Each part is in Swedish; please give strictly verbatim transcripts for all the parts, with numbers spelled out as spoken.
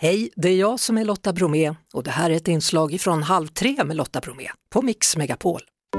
Hej, det är jag som är Lotta Bromé och det här är ett inslag från Halv tre med Lotta Bromé på Mix Megapol.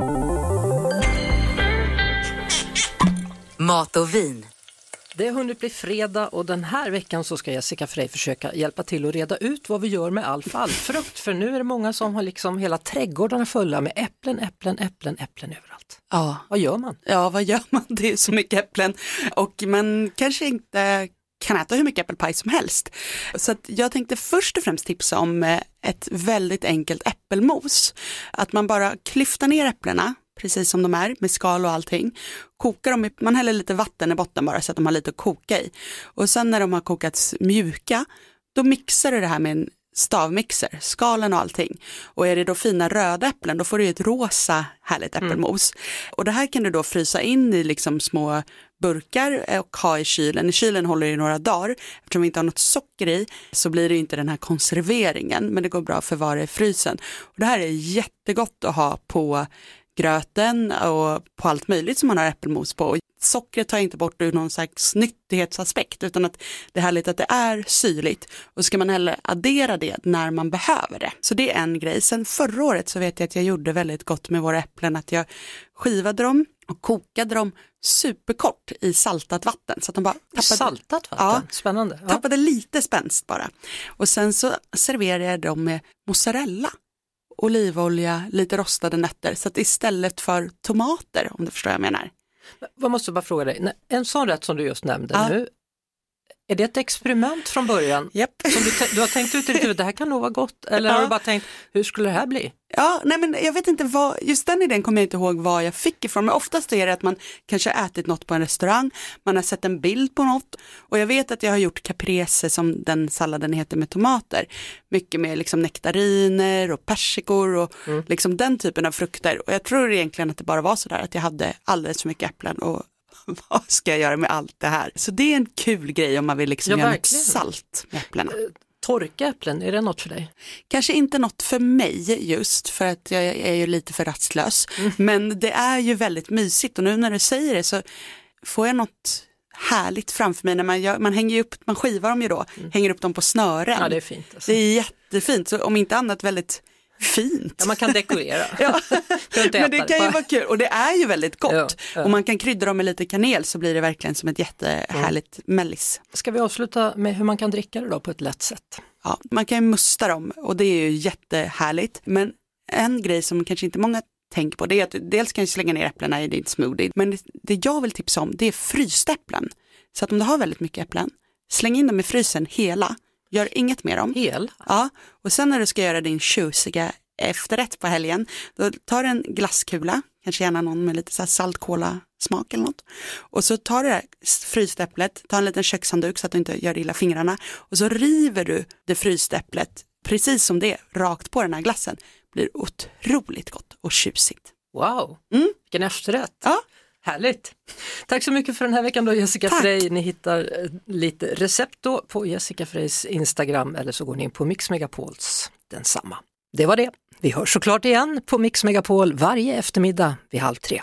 Mat och vin. Det har hunnit bli fredag och den här veckan så ska Jessica Frey försöka hjälpa till att reda ut vad vi gör med all fallfrukt. För nu är det många som har liksom hela trädgårdarna fulla med äpplen, äpplen, äpplen, äpplen överallt. Ja. Vad gör man? Ja, vad gör man? Det är så mycket äpplen och man kanske inte kan äta hur mycket äppelpaj som helst. Så att jag tänkte först och främst tipsa om ett väldigt enkelt äppelmos. Att man bara klyftar ner äpplena precis som de är med skal och allting. Kokar dem, man häller lite vatten i botten bara så att de har lite att koka i. Och sen när de har kokats mjuka, då mixar du det här med en stavmixer, skalen och allting. Och är det då fina röda äpplen, då får du ett rosa härligt äppelmos. Mm. Och det här kan du då frysa in i liksom små burkar och ha i kylen. I kylen håller det i några dagar. Eftersom vi inte har något socker i så blir det inte den här konserveringen. Men det går bra att förvara i frysen. Och det här är jättegott att ha på gröten och på allt möjligt som man har äppelmos på. Och sockret tar inte bort ur någon slags nyttighetsaspekt utan att det är härligt att det är syrligt. Och ska man heller addera det när man behöver det. Så det är en grej. Sen förra året så vet jag att jag gjorde väldigt gott med våra äpplen. Att jag skivade dem och kokade dem superkort i saltat vatten. Så att de bara tappade, saltat vatten? Ja, Spännande. Ja. Tappade lite spänst bara. Och sen så serverade jag dem med mozzarella. Olivolja, lite rostade nötter. Så att istället för tomater, om du förstår vad jag menar. Vad måste jag bara fråga dig, en sån rätt som du just nämnde ja. nu, är det ett experiment från början? Yep. Som du, du har tänkt ut i det här kan nog vara gott, eller ja. Har du bara tänkt, hur skulle det här bli? Ja, nej men jag vet inte vad, just den idén kommer jag inte ihåg vad jag fick ifrån, men oftast är det att man kanske har ätit något på en restaurang, man har sett en bild på något, och jag vet att jag har gjort caprese som den salladen heter med tomater, mycket med liksom nektariner och persikor och mm. liksom den typen av frukter, och jag tror egentligen att det bara var sådär att jag hade alldeles för mycket äpplen och vad ska jag göra med allt det här? Så det är en kul grej om man vill liksom ja, göra något salt med äpplena. Torka äpplen, är det något för dig? Kanske inte något för mig just för att jag är ju lite för rastlös. Mm. Men det är ju väldigt mysigt och nu när du säger det så får jag något härligt framför mig. När man, gör, man hänger upp, man skivar dem ju då, mm. hänger upp dem på snören. Ja, det är fint. Alltså. Det är jättefint, så om inte annat väldigt fint. Ja, man kan dekorera. Ja. Men det kan ju vara kul och det är ju väldigt gott. Ja, ja. Och man kan krydda dem med lite kanel så blir det verkligen som ett jättehärligt mm. mellis. Ska vi avsluta med hur man kan dricka det då på ett lätt sätt? Ja, man kan ju musta dem och det är ju jättehärligt. Men en grej som kanske inte många tänker på det är att dels kan du slänga ner äpplena i din smoothie. Men det jag vill tipsa om det är frysta äpplen. Så att om du har väldigt mycket äpplen, släng in dem i frysen hela. Gör inget med dem. Hel? Ja, och sen när du ska göra din tjusiga efterrätt på helgen, då tar du en glasskula, kanske gärna någon med lite så här saltkola smak eller något. Och så tar du det här frysta äpplet, tar en liten kökshandduk så att du inte gör illa fingrarna. Och så river du det frysta äpplet precis som det, rakt på den här glassen. Blir otroligt gott och tjusigt. Wow, mm. vilken efterrätt. Ja. Härligt. Tack så mycket för den här veckan då, Jessica Tack. Frey. Ni hittar lite recept då på Jessica Freys Instagram eller så går ni in på Mix Megapols densamma. Det var det. Vi hörs såklart igen på Mix Megapol varje eftermiddag vid halv tre.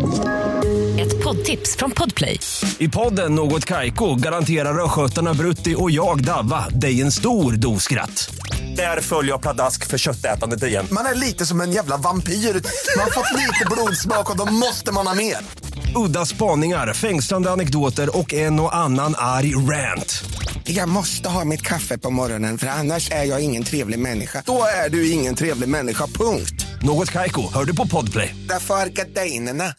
Ett poddtips från Podplay. I podden Något Kaiko garanterar röskötarna Brutti och jag Davva dig en stor doskratt. Där följer jag pladask för köttätandet igen. Man är lite som en jävla vampyr. Man har fått lite blodsmak och då måste man ha mer. Udda spaningar, fängslande anekdoter och en och annan arg rant. Jag måste ha mitt kaffe på morgonen för annars är jag ingen trevlig människa. Då är du ingen trevlig människa, punkt. Något Kaiko, hör du på Podplay. Därför är gardinerna.